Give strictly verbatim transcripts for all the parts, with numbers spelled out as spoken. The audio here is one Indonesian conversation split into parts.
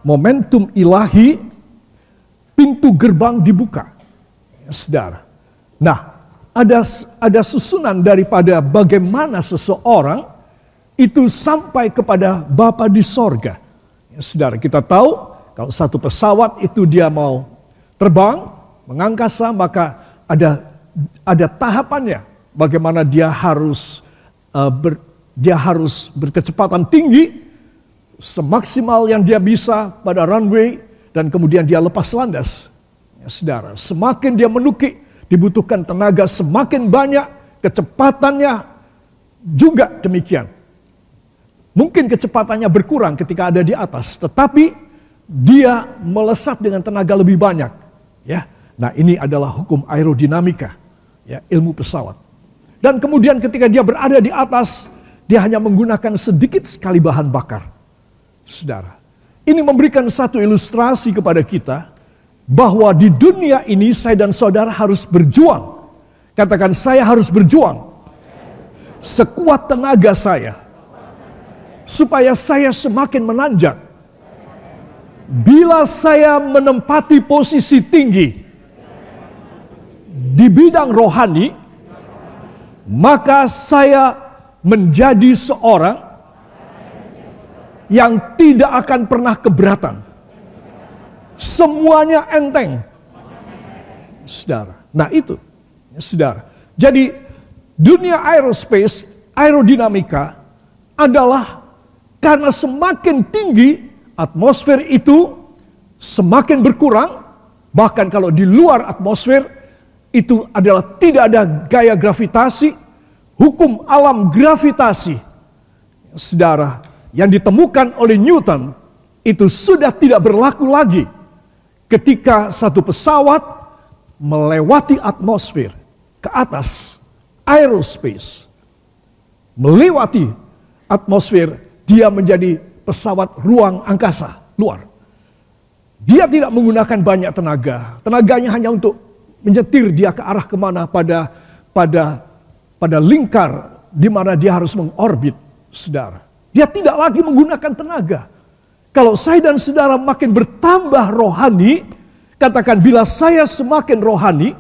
momentum ilahi, pintu gerbang dibuka. Ya, saudara. Nah, ada ada susunan daripada bagaimana seseorang itu sampai kepada Bapa di sorga. Ya, saudara, kita tahu kalau satu pesawat itu dia mau terbang, mengangkasa, maka ada ada tahapannya. Bagaimana dia harus uh, ber, dia harus berkecepatan tinggi, semaksimal yang dia bisa pada runway, dan kemudian dia lepas landas. Ya, saudara, semakin dia menukik, dibutuhkan tenaga semakin banyak, kecepatannya juga demikian. Mungkin kecepatannya berkurang ketika ada di atas, tetapi dia melesat dengan tenaga lebih banyak. Ya, nah ini adalah hukum aerodinamika, ya, ilmu pesawat. Dan kemudian ketika dia berada di atas, dia hanya menggunakan sedikit sekali bahan bakar. Saudara, ini memberikan satu ilustrasi kepada kita bahwa di dunia ini saya dan saudara harus berjuang. Katakan, saya harus berjuang sekuat tenaga saya supaya saya semakin menanjak. Bila saya menempati posisi tinggi di bidang rohani, maka saya menjadi seorang yang tidak akan pernah keberatan. Semuanya enteng. Saudara. Nah itu. Saudara. Jadi dunia aerospace, aerodinamika adalah karena semakin tinggi atmosfer itu semakin berkurang. Bahkan kalau di luar atmosfer itu adalah tidak ada gaya gravitasi, hukum alam gravitasi. Saudara, yang ditemukan oleh Newton itu sudah tidak berlaku lagi ketika satu pesawat melewati atmosfer ke atas, aerospace, melewati atmosfer, dia menjadi pesawat ruang angkasa luar. Dia tidak menggunakan banyak tenaga, tenaganya hanya untuk menyetir dia ke arah kemana pada pada pada lingkar di mana dia harus mengorbit, saudara. Dia tidak lagi menggunakan tenaga. Kalau saya dan saudara makin bertambah rohani, katakan, bila saya semakin rohani,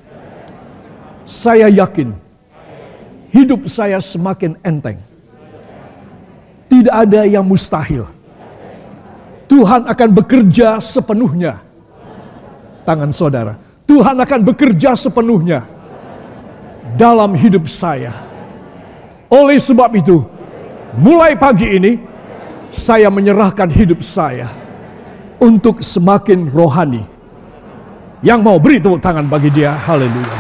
saya yakin hidup saya semakin enteng. Tidak ada yang mustahil. Tuhan akan bekerja sepenuhnya. Tangan saudara. Tuhan akan bekerja sepenuhnya dalam hidup saya. Oleh sebab itu, mulai pagi ini, saya menyerahkan hidup saya untuk semakin rohani. Yang mau beri tepuk tangan bagi dia, haleluya.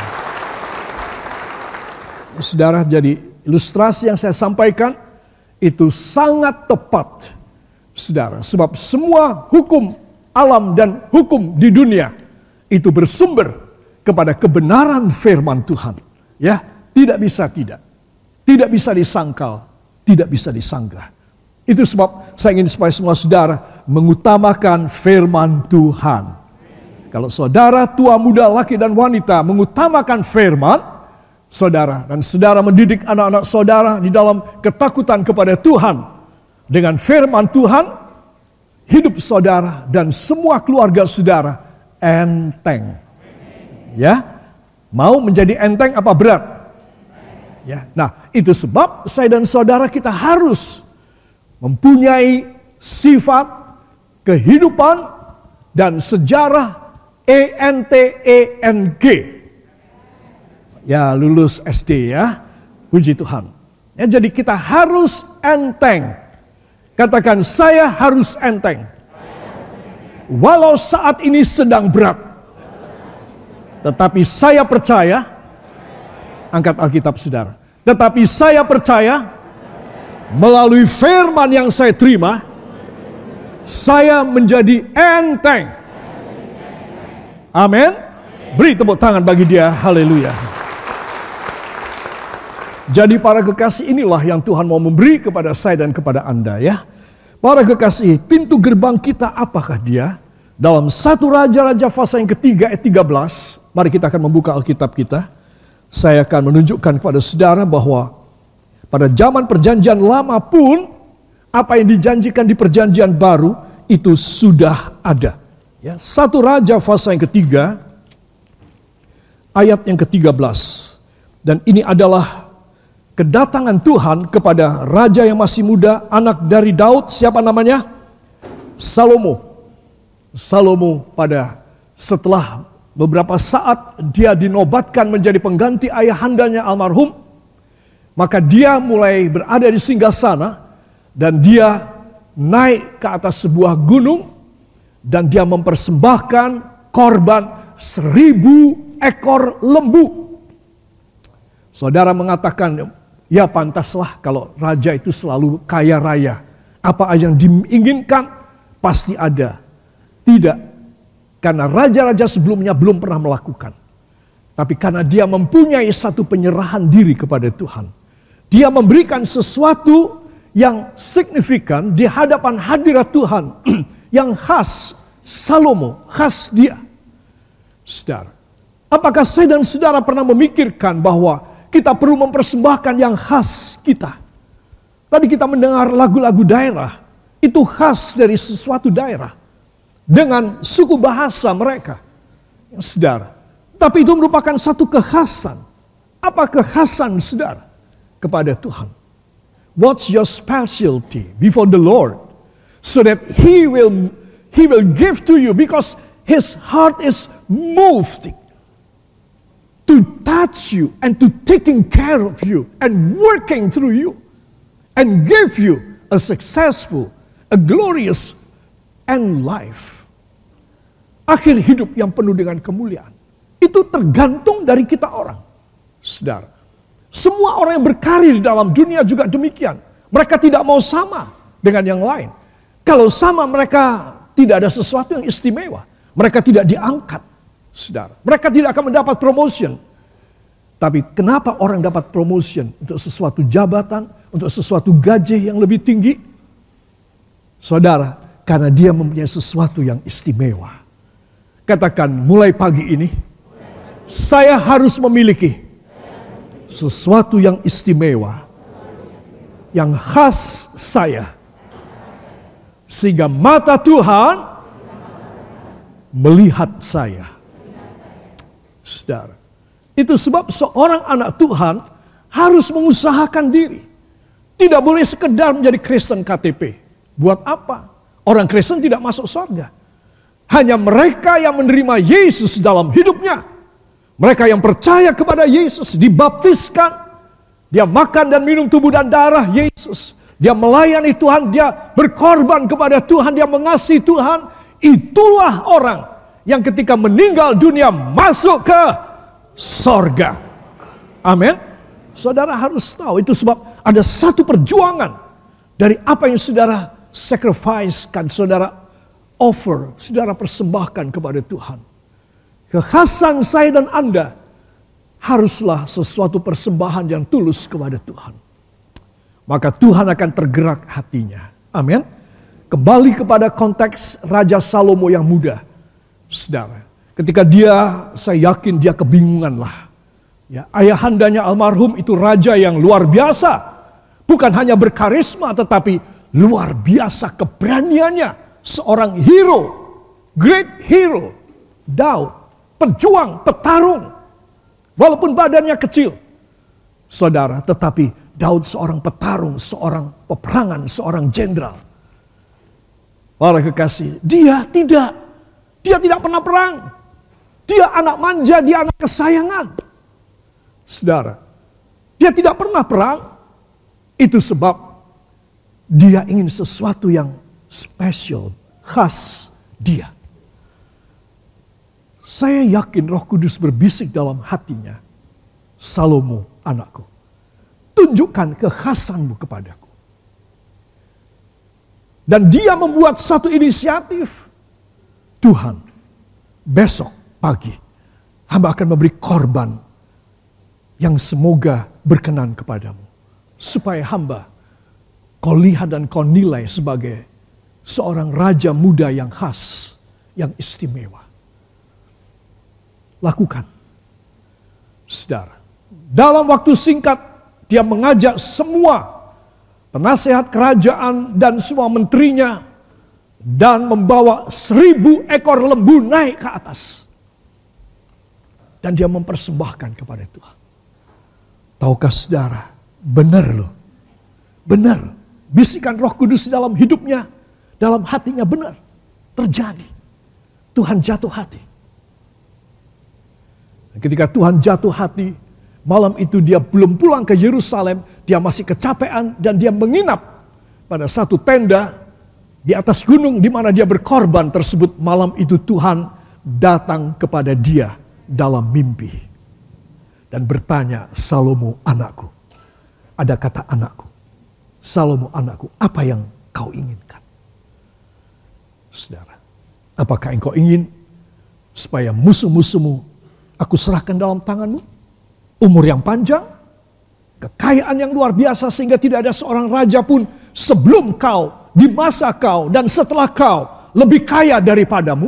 Saudara, jadi ilustrasi yang saya sampaikan itu sangat tepat, saudara. Sebab semua hukum alam dan hukum di dunia itu bersumber kepada kebenaran firman Tuhan. Ya, tidak bisa tidak. Tidak bisa disangkal, tidak bisa disanggah. Itu sebab saya ingin supaya semua saudara mengutamakan firman Tuhan. Kalau saudara tua, muda, laki dan wanita mengutamakan firman, saudara dan saudara mendidik anak-anak saudara di dalam ketakutan kepada Tuhan dengan firman Tuhan, hidup saudara dan semua keluarga saudara enteng. Ya, mau menjadi enteng apa berat? Ya, nah itu sebab saya dan saudara kita harus mempunyai sifat, kehidupan dan sejarah E N T E N G. Ya, lulus S D ya, puji Tuhan. Ya, jadi kita harus enteng. Katakan, saya harus enteng. Walau saat ini sedang berat, tetapi saya percaya, angkat Alkitab saudara, tetapi saya percaya melalui firman yang saya terima, saya menjadi enteng. Amin. Beri tepuk tangan bagi dia, haleluya. Jadi para kekasih, inilah yang Tuhan mau memberi kepada saya dan kepada Anda ya. Para kekasih, pintu gerbang kita apakah dia? Dalam satu Raja-Raja pasal yang ketiga ayat tiga belas, mari kita akan membuka Alkitab kita. Saya akan menunjukkan kepada saudara bahwa pada zaman perjanjian lama pun, apa yang dijanjikan di perjanjian baru, itu sudah ada. Ya, satu Raja pasal yang ketiga, ayat yang ketiga belas. Dan ini adalah kedatangan Tuhan kepada raja yang masih muda, anak dari Daud. Siapa namanya? Salomo. Salomo pada setelah beberapa saat dia dinobatkan menjadi pengganti ayahandanya almarhum, maka dia mulai berada di singgasana dan dia naik ke atas sebuah gunung dan dia mempersembahkan korban seribu ekor lembu. Saudara mengatakan, ya pantaslah kalau raja itu selalu kaya raya. Apa yang diinginkan pasti ada. Tidak, karena raja-raja sebelumnya belum pernah melakukan. Tapi karena dia mempunyai satu penyerahan diri kepada Tuhan. Dia memberikan sesuatu yang signifikan di hadapan hadirat Tuhan. Yang khas Salomo, khas dia. Saudara, apakah saya dan saudara pernah memikirkan bahwa kita perlu mempersembahkan yang khas kita? Tadi kita mendengar lagu-lagu daerah. Itu khas dari sesuatu daerah. Dengan suku bahasa mereka. Saudara. Tapi itu merupakan satu kekhasan. Apa kekhasan saudara? Kepada Tuhan. What's your specialty before the Lord? So that He will, He will give to you because His heart is moved to touch you and to taking care of you and working through you and give you a successful, a glorious end life. Akhir hidup yang penuh dengan kemuliaan. Itu tergantung dari kita orang. Saudara, semua orang yang berkarir di dalam dunia juga demikian. Mereka tidak mau sama dengan yang lain. Kalau sama mereka tidak ada sesuatu yang istimewa. Mereka tidak diangkat. Saudara, mereka tidak akan mendapat promotion. Tapi kenapa orang dapat promotion untuk sesuatu jabatan, untuk sesuatu gaji yang lebih tinggi? Saudara, karena dia mempunyai sesuatu yang istimewa. Katakan, mulai pagi ini, saya harus memiliki sesuatu yang istimewa, yang khas saya. Sehingga mata Tuhan melihat saya. Saudara, itu sebab seorang anak Tuhan harus mengusahakan diri. Tidak boleh sekedar menjadi Kristen K T P. Buat apa? Orang Kristen tidak masuk surga. Hanya mereka yang menerima Yesus dalam hidupnya. Mereka yang percaya kepada Yesus, dibaptiskan. Dia makan dan minum tubuh dan darah Yesus. Dia melayani Tuhan, dia berkorban kepada Tuhan, dia mengasihi Tuhan. Itulah orang yang ketika meninggal dunia masuk ke sorga. Amin. Saudara harus tahu, itu sebab ada satu perjuangan dari apa yang saudara sacrifice-kan, saudara offer, saudara persembahkan kepada Tuhan. Kekhasan saya dan Anda haruslah sesuatu persembahan yang tulus kepada Tuhan. Maka Tuhan akan tergerak hatinya. Amin. Kembali kepada konteks Raja Salomo yang muda. Saudara, ketika dia, saya yakin dia kebingungan lah. Ya, ayahandanya almarhum itu raja yang luar biasa. Bukan hanya berkarisma, tetapi luar biasa keberaniannya. Seorang hero, great hero, Daud. Pejuang, petarung. Walaupun badannya kecil. Saudara, tetapi Daud seorang petarung, seorang peperangan, seorang jenderal. Para kekasih, dia tidak. Dia tidak pernah perang. Dia anak manja, dia anak kesayangan. Saudara, dia tidak pernah perang. Itu sebab dia ingin sesuatu yang spesial, khas dia. Saya yakin Roh Kudus berbisik dalam hatinya. Salomo, anakku, tunjukkan kekhasanmu kepadaku. Dan dia membuat satu inisiatif. Tuhan, besok pagi hamba akan memberi korban yang semoga berkenan kepadamu. Supaya hamba kau lihat dan kau nilai sebagai seorang raja muda yang khas, yang istimewa. Lakukan. Saudara, dalam waktu singkat dia mengajak semua penasehat kerajaan dan semua menterinya, dan membawa seribu ekor lembu naik ke atas. Dan dia mempersembahkan kepada Tuhan. Tahukah saudara, benar loh. Benar. Bisikan Roh Kudus dalam hidupnya, dalam hatinya benar. Terjadi. Tuhan jatuh hati. Ketika Tuhan jatuh hati, malam itu dia belum pulang ke Yerusalem, dia masih kecapean dan dia menginap pada satu tenda di atas gunung di mana dia berkorban tersebut. Malam itu Tuhan datang kepada dia dalam mimpi dan bertanya, Salomo anakku. Ada kata anakku. Salomo anakku, apa yang kau inginkan? Saudara, apakah engkau ingin supaya musuh-musuhmu aku serahkan dalam tanganmu? Umur yang panjang, kekayaan yang luar biasa sehingga tidak ada seorang raja pun sebelum kau, di masa kau, dan setelah kau lebih kaya daripadamu?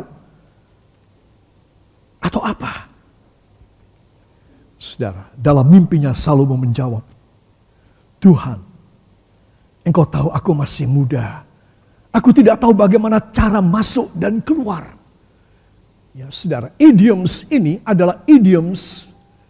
Atau apa? Saudara, dalam mimpinya Salomo menjawab, Tuhan, engkau tahu aku masih muda. Aku tidak tahu bagaimana cara masuk dan keluar. Ya saudara, idioms ini adalah idioms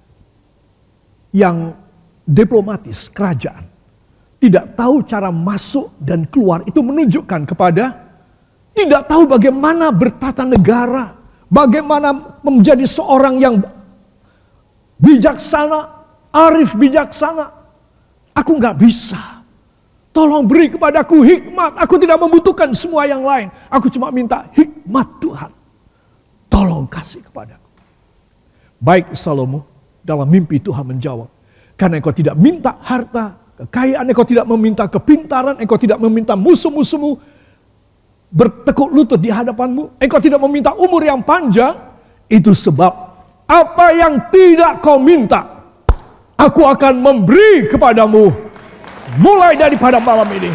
yang diplomatis, kerajaan. Tidak tahu cara masuk dan keluar itu menunjukkan kepada tidak tahu bagaimana bertata negara, bagaimana menjadi seorang yang bijaksana, arif bijaksana. Aku nggak bisa. Tolong beri kepadaku hikmat. Aku tidak membutuhkan semua yang lain. Aku cuma minta hikmat Tuhan. Tolong kasih kepadaku. Baik Salomo, dalam mimpi Tuhan menjawab. Karena engkau tidak minta harta, kekayaan, engkau tidak meminta kepintaran, engkau tidak meminta musuh-musuhmu bertekuk lutut di hadapanmu, engkau tidak meminta umur yang panjang, itu sebab apa yang tidak kau minta, aku akan memberi kepadamu mulai daripada malam ini.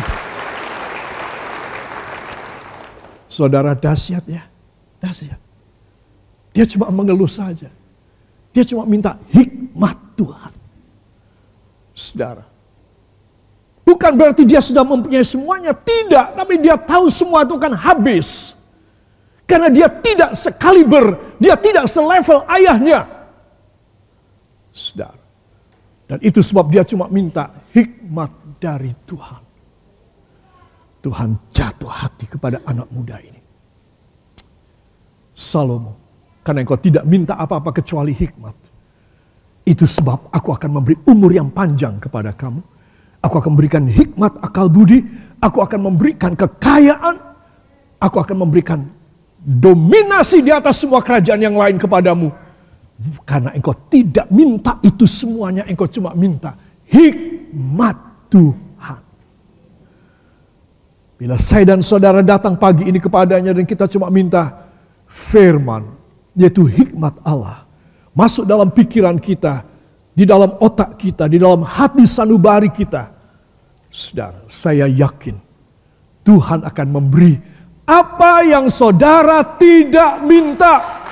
Saudara, dahsyat ya, dahsyat. Dia cuma mengeluh saja. Dia cuma minta hikmat Tuhan. Saudara, bukan berarti dia sudah mempunyai semuanya, tidak. Tapi dia tahu semua itu akan habis. Karena dia tidak sekaliber, dia tidak selevel ayahnya. Saudara, dan itu sebab dia cuma minta hikmat dari Tuhan. Tuhan jatuh hati kepada anak muda ini. Salomo, karena engkau tidak minta apa-apa kecuali hikmat. Itu sebab aku akan memberi umur yang panjang kepada kamu. Aku akan memberikan hikmat, akal budi. Aku akan memberikan kekayaan. Aku akan memberikan dominasi di atas semua kerajaan yang lain kepadamu. Karena engkau tidak minta itu semuanya. Engkau cuma minta hikmat Tuhan. Bila saya dan saudara datang pagi ini kepadanya dan kita cuma minta firman, yaitu hikmat Allah, masuk dalam pikiran kita, di dalam otak kita, di dalam hati sanubari kita. Saudara, saya yakin Tuhan akan memberi apa yang saudara tidak minta.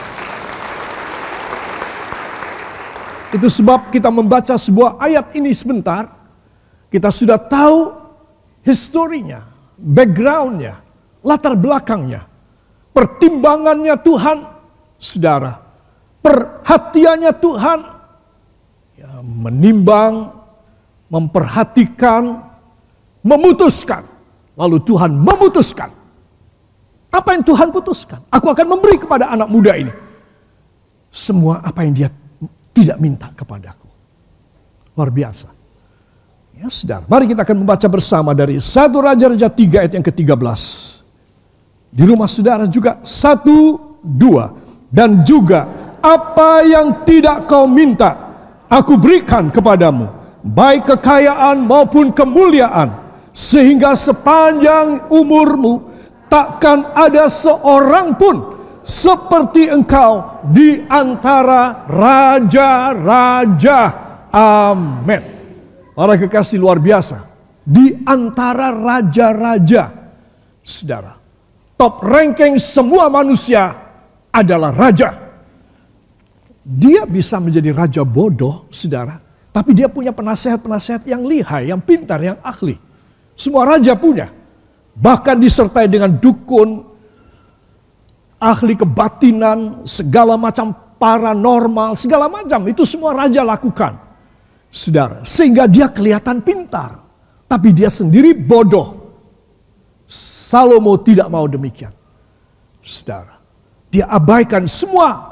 Itu sebab kita membaca sebuah ayat ini sebentar, kita sudah tahu historinya, backgroundnya, latar belakangnya, pertimbangannya Tuhan, saudara. Perhatiannya Tuhan, ya, menimbang, memperhatikan, memutuskan. Lalu Tuhan memutuskan. Apa yang Tuhan putuskan? Aku akan memberi kepada anak muda ini semua apa yang dia tidak minta kepadaku. Luar biasa. Ya saudara, mari kita akan membaca bersama dari satu Raja-Raja tiga ayat yang ke tiga belas. Di rumah saudara juga satu, dua. Dan juga apa yang tidak kau minta, aku berikan kepadamu, baik kekayaan maupun kemuliaan, sehingga sepanjang umurmu takkan ada seorang pun seperti engkau di antara raja-raja. Amin. Para kekasih, luar biasa. Di antara raja-raja, saudara, top ranking semua manusia adalah raja. Dia bisa menjadi raja bodoh, saudara, tapi dia punya penasehat-penasehat yang lihai, yang pintar, yang ahli. Semua raja punya. bahkan disertai dengan dukun, ahli kebatinan, segala macam paranormal, segala macam. Itu semua raja lakukan, saudara. Sehingga dia kelihatan pintar, tapi dia sendiri bodoh. Salomo tidak mau demikian, saudara. Dia abaikan semua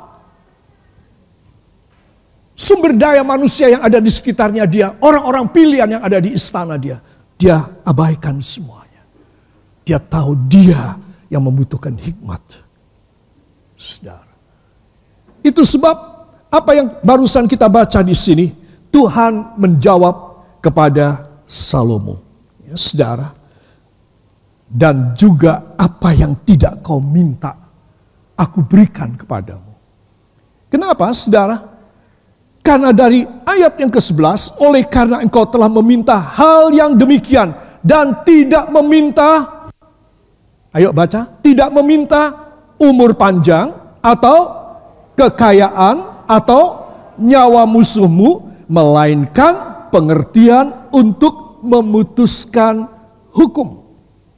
sumber daya manusia yang ada di sekitarnya dia, orang-orang pilihan yang ada di istana dia. Dia abaikan semuanya. Dia tahu dia yang membutuhkan hikmat, saudara. Itu sebab apa yang barusan kita baca di sini, Tuhan menjawab kepada Salomo, ya, saudara. Dan juga apa yang tidak kau minta, aku berikan kepadamu. Kenapa, saudara? Karena dari ayat yang kesebelas, oleh karena engkau telah meminta hal yang demikian dan tidak meminta, ayo baca, tidak meminta umur panjang atau kekayaan atau nyawa musuhmu, melainkan pengertian untuk memutuskan hukum.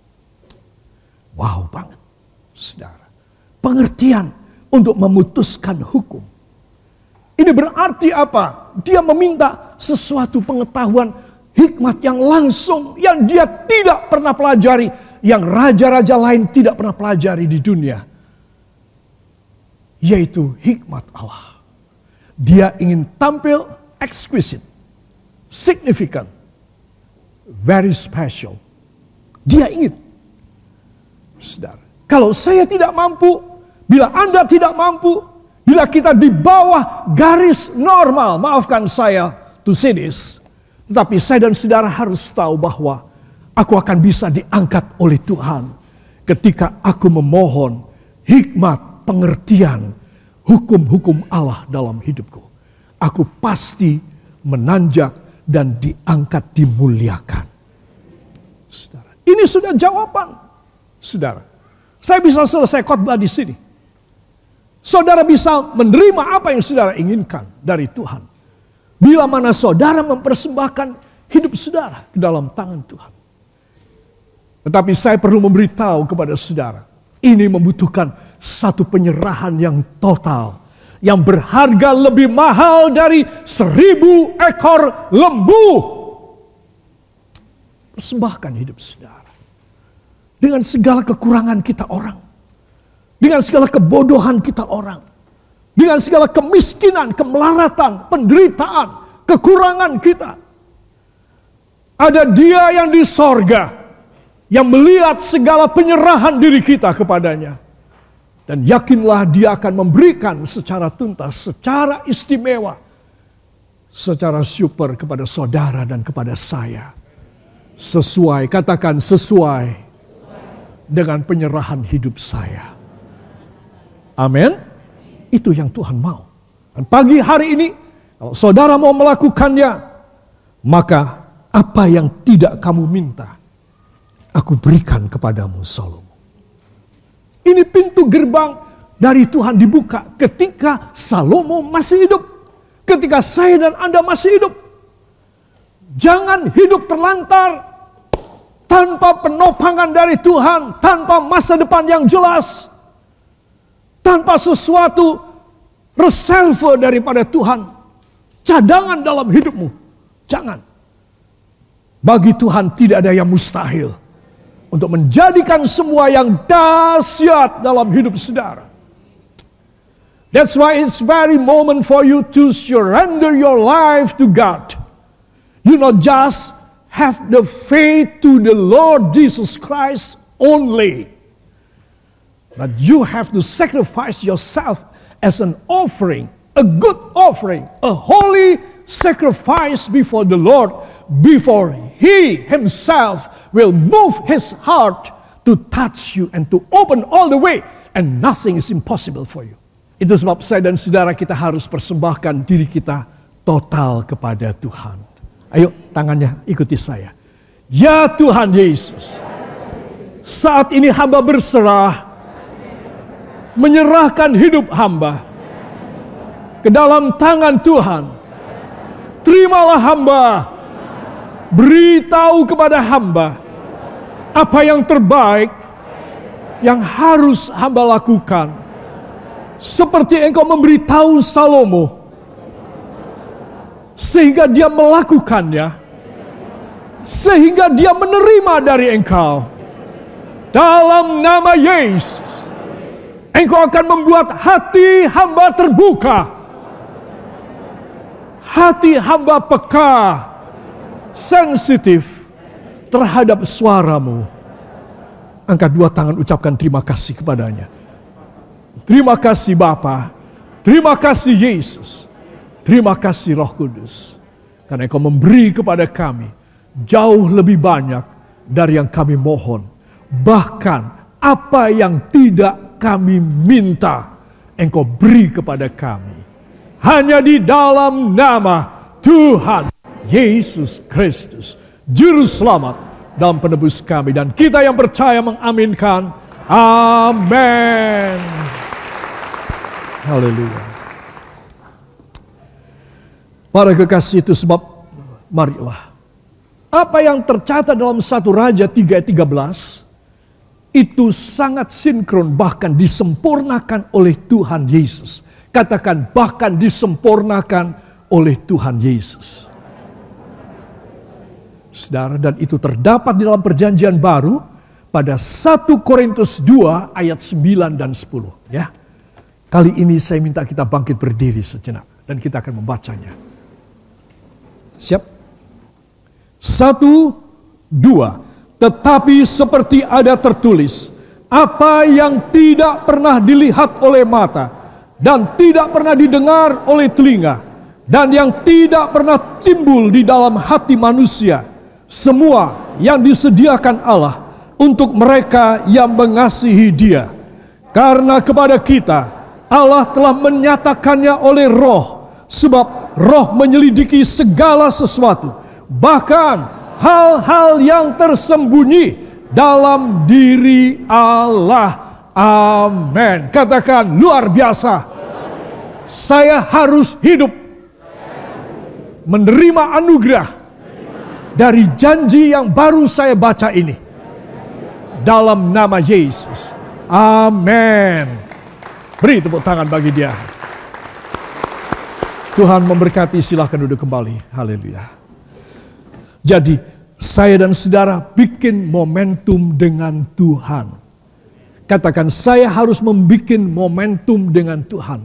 Wow banget, saudara. Pengertian untuk memutuskan hukum. Ini berarti apa? Dia meminta sesuatu pengetahuan, hikmat yang langsung, yang dia tidak pernah pelajari, yang raja-raja lain tidak pernah pelajari di dunia. Yaitu hikmat Allah. Dia ingin tampil exquisite, significant, very special. Dia ingin. Saudara, kalau saya tidak mampu, bila Anda tidak mampu, bila kita di bawah garis normal, maafkan saya to say this, tetapi saya dan saudara harus tahu bahwa aku akan bisa diangkat oleh Tuhan ketika aku memohon hikmat, pengertian, hukum-hukum Allah dalam hidupku. Aku pasti menanjak dan diangkat, dimuliakan. Saudara, ini sudah jawaban. Saudara, saya bisa selesai khotbah di sini. Saudara bisa menerima apa yang saudara inginkan dari Tuhan. Bila mana saudara mempersembahkan hidup saudara ke dalam tangan Tuhan. Tetapi saya perlu memberitahu kepada saudara, ini membutuhkan satu penyerahan yang total, yang berharga lebih mahal dari seribu ekor lembu. Persembahkan hidup saudara. Dengan segala kekurangan kita orang. Dengan segala kebodohan kita orang. Dengan segala kemiskinan, kemelaratan, penderitaan, kekurangan kita. Ada Dia yang di sorga, yang melihat segala penyerahan diri kita kepadanya. Dan yakinlah Dia akan memberikan secara tuntas, secara istimewa, secara super kepada saudara dan kepada saya. Sesuai, katakan sesuai dengan penyerahan hidup saya. Amin. Itu yang Tuhan mau. Dan pagi hari ini, kalau saudara mau melakukannya, maka apa yang tidak kamu minta, aku berikan kepadamu, Salomo. Ini pintu gerbang dari Tuhan dibuka ketika Salomo masih hidup. Ketika saya dan Anda masih hidup. Jangan hidup terlantar tanpa penopangan dari Tuhan, tanpa masa depan yang jelas, tanpa sesuatu reserve daripada Tuhan, cadangan dalam hidupmu. Jangan. Bagi Tuhan tidak ada yang mustahil untuk menjadikan semua yang dahsyat dalam hidup saudara. That's why it's very moment for you to surrender your life to God. You not just have the faith to the Lord Jesus Christ only, but you have to sacrifice yourself as an offering, a good offering, a holy sacrifice before the Lord, before He Himself will move His heart to touch you and to open all the way, and nothing is impossible for you. Itu sebab saya dan saudara kita harus persembahkan diri kita total kepada Tuhan. Ayo tangannya ikuti saya. Ya Tuhan Yesus, saat ini hamba berserah, menyerahkan hidup hamba ke dalam tangan Tuhan. Terimalah hamba, beritahu kepada hamba apa yang terbaik yang harus hamba lakukan. Seperti engkau memberitahu Salomo, sehingga dia melakukannya, sehingga dia menerima dari engkau. Dalam nama Yesus, engkau akan membuat hati hamba terbuka, hati hamba peka, sensitif terhadap suaramu. Angkat dua tangan, ucapkan terima kasih kepadanya. Terima kasih Bapa, terima kasih Yesus, terima kasih Roh Kudus, karena engkau memberi kepada kami jauh lebih banyak dari yang kami mohon. Bahkan apa yang tidak kami minta, engkau beri kepada kami. Hanya di dalam nama Tuhan Yesus Kristus, Juru Selamat dan Penebus kami. Dan kita yang percaya mengaminkan. Amin. Haleluya. Para kekasih, itu sebab marilah. Apa yang tercatat dalam satu Raja tiga ayat tiga belas itu sangat sinkron, bahkan disempurnakan oleh Tuhan Yesus. Katakan, bahkan disempurnakan oleh Tuhan Yesus. Saudara, dan itu terdapat di dalam perjanjian baru pada satu Korintus dua ayat sembilan dan sepuluh. Ya. Kali ini saya minta kita bangkit berdiri sejenak dan kita akan membacanya. Siap? Satu, dua. Tetapi seperti ada tertulis, apa yang tidak pernah dilihat oleh mata, dan tidak pernah didengar oleh telinga, dan yang tidak pernah timbul di dalam hati manusia, semua yang disediakan Allah untuk mereka yang mengasihi Dia. Karena kepada kita Allah telah menyatakannya oleh Roh, sebab Roh menyelidiki segala sesuatu, bahkan hal-hal yang tersembunyi dalam diri Allah. Amin. Katakan, luar biasa. Saya harus hidup menerima anugerah dari janji yang baru saya baca ini. Dalam nama Yesus. Amin. Beri tepuk tangan bagi dia. Tuhan memberkati, silahkan duduk kembali. Haleluya. Jadi saya dan saudara bikin momentum dengan Tuhan. Katakan, saya harus membuat momentum dengan Tuhan.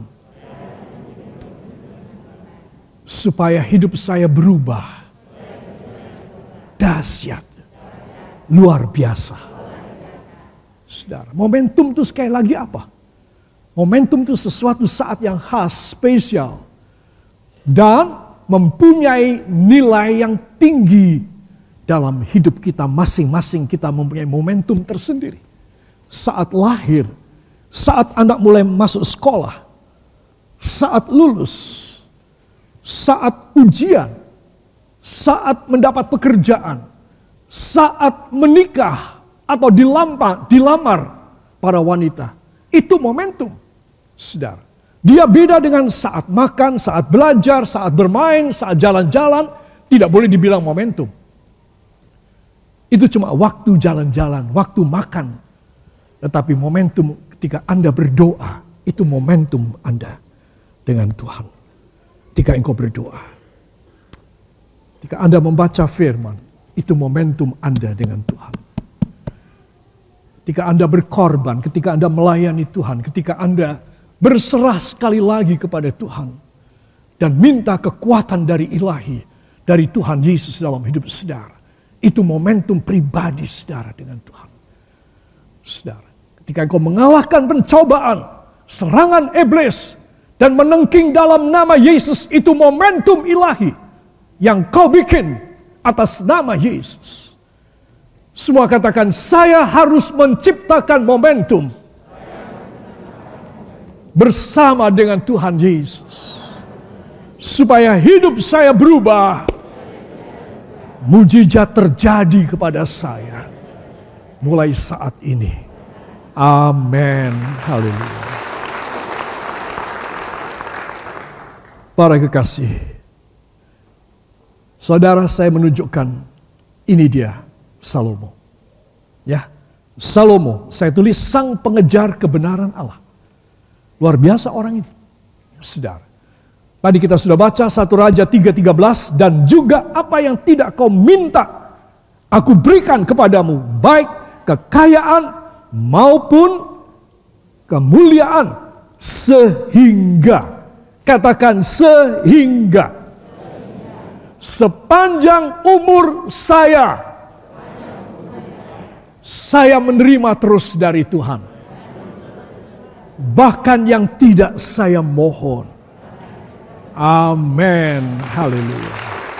Supaya hidup saya berubah. Dahsyat. Luar biasa. Saudara, momentum itu sekali lagi apa? Momentum itu sesuatu saat yang khas, spesial. Dan mempunyai nilai yang tinggi dalam hidup kita masing-masing. Kita mempunyai momentum tersendiri. Saat lahir, saat anak mulai masuk sekolah, saat lulus, saat ujian, saat mendapat pekerjaan, saat menikah atau dilamar, dilamar para wanita. Itu momentum. Saudara, dia beda dengan saat makan, saat belajar, saat bermain, saat jalan-jalan. Tidak boleh dibilang momentum. Itu cuma waktu jalan-jalan, waktu makan. Tetapi momentum ketika Anda berdoa, itu momentum Anda dengan Tuhan. Ketika engkau berdoa, ketika Anda membaca firman, itu momentum Anda dengan Tuhan. Ketika Anda berkorban, ketika Anda melayani Tuhan, ketika Anda berserah sekali lagi kepada Tuhan dan minta kekuatan dari ilahi, dari Tuhan Yesus dalam hidup saudara. Itu momentum pribadi saudara dengan Tuhan. Saudara, ketika engkau mengalahkan pencobaan, serangan iblis, dan menengking dalam nama Yesus, itu momentum ilahi yang kau bikin atas nama Yesus. Semua katakan, saya harus menciptakan momentum bersama dengan Tuhan Yesus. Supaya hidup saya berubah. Mujizat terjadi kepada saya. Mulai saat ini. Amin. Haleluya. Para kekasih. Saudara, saya menunjukkan. Ini dia Salomo. Ya, Salomo, saya tulis sang pengejar kebenaran Allah. Luar biasa orang ini. Saudara. Tadi kita sudah baca satu Raja tiga tiga belas, dan juga apa yang tidak kau minta aku berikan kepadamu, baik kekayaan maupun kemuliaan, sehingga, katakan sehingga, sepanjang umur saya, saya menerima terus dari Tuhan. Bahkan yang tidak saya mohon. Amin. Haleluya.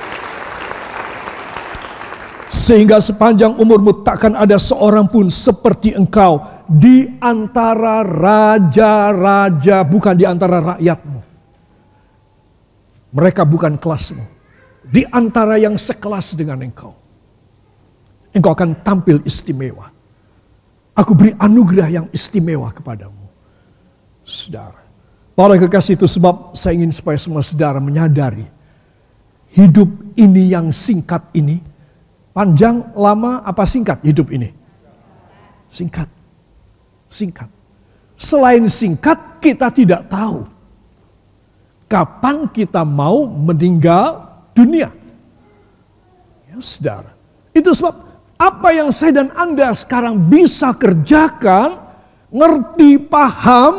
Sehingga sepanjang umurmu takkan ada seorang pun seperti engkau di antara raja-raja, bukan di antara rakyatmu. Mereka bukan kelasmu. Di antara yang sekelas dengan engkau. Engkau akan tampil istimewa. Aku beri anugerah yang istimewa kepadamu. Saudara. Para kekasih, itu sebab saya ingin supaya semua saudara menyadari. Hidup ini yang singkat ini. Panjang, lama, apa singkat hidup ini? Singkat. Singkat. Selain singkat, kita tidak tahu kapan kita mau meninggal dunia. Ya, saudara. Itu sebab apa yang saya dan Anda sekarang bisa kerjakan, ngerti, paham,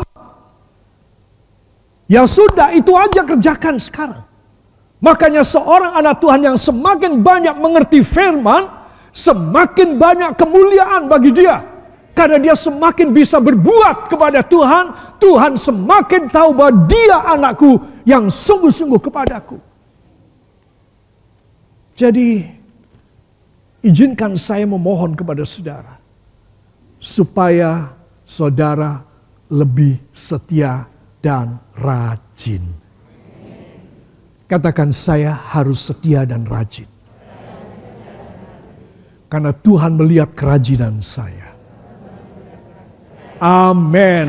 ya sudah, itu aja kerjakan sekarang. Makanya seorang anak Tuhan yang semakin banyak mengerti firman, semakin banyak kemuliaan bagi dia. Karena dia semakin bisa berbuat kepada Tuhan, Tuhan semakin tahu bahwa dia anakku yang sungguh-sungguh kepadaku. Jadi, izinkan saya memohon kepada saudara, supaya saudara lebih setia dan rajin. Katakan, saya harus setia dan rajin. Karena Tuhan melihat kerajinan saya. Amin.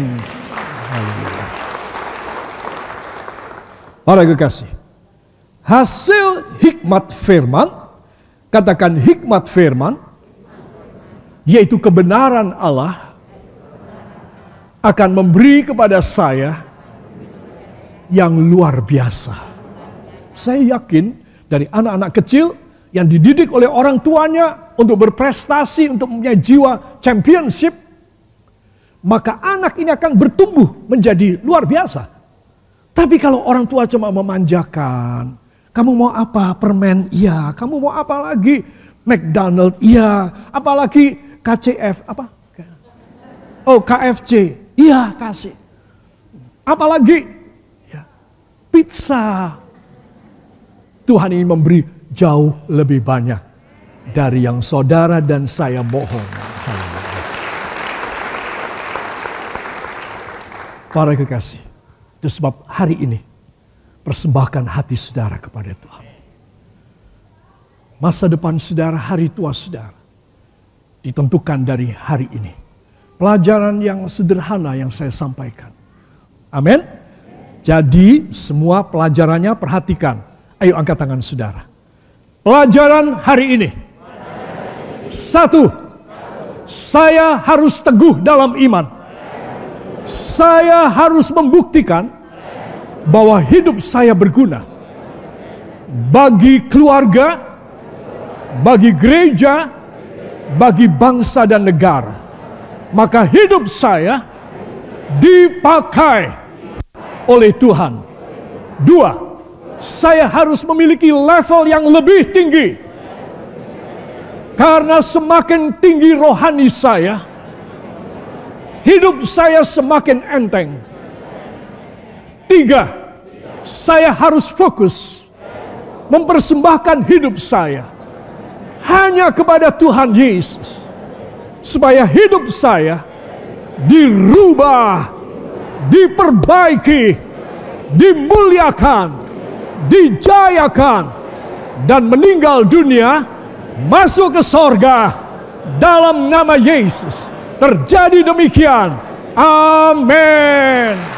Para kekasih, hasil hikmat firman, katakan hikmat firman, yaitu kebenaran Allah, akan memberi kepada saya yang luar biasa. Saya yakin dari anak-anak kecil yang dididik oleh orang tuanya untuk berprestasi, untuk mempunyai jiwa championship, maka anak ini akan bertumbuh menjadi luar biasa. Tapi kalau orang tua cuma memanjakan, kamu mau apa? Permen? Iya. Kamu mau apa lagi? McDonald? Iya. Apalagi K C F? Apa? Oh, K F C? Iya, kasih. Apalagi? Ya. Pizza. Tuhan ingin memberi jauh lebih banyak dari yang saudara dan saya mohon. Para kekasih, itu sebab hari ini persembahkan hati saudara kepada Tuhan. Masa depan saudara, hari tua saudara ditentukan dari hari ini. Pelajaran yang sederhana yang saya sampaikan. Amin. Jadi semua pelajarannya perhatikan. Ayo angkat tangan saudara. Pelajaran hari ini. Satu, saya harus teguh dalam iman. Saya harus membuktikan bahwa hidup saya berguna bagi keluarga, bagi gereja, bagi bangsa dan negara. Maka hidup saya dipakai oleh Tuhan. Dua, saya harus memiliki level yang lebih tinggi. Karena semakin tinggi rohani saya, hidup saya semakin enteng. Tiga, saya harus fokus mempersembahkan hidup saya hanya kepada Tuhan Yesus. Supaya hidup saya dirubah, diperbaiki, dimuliakan, dijayakan, dan meninggal dunia masuk ke sorga dalam nama Yesus. Terjadi demikian. Amin.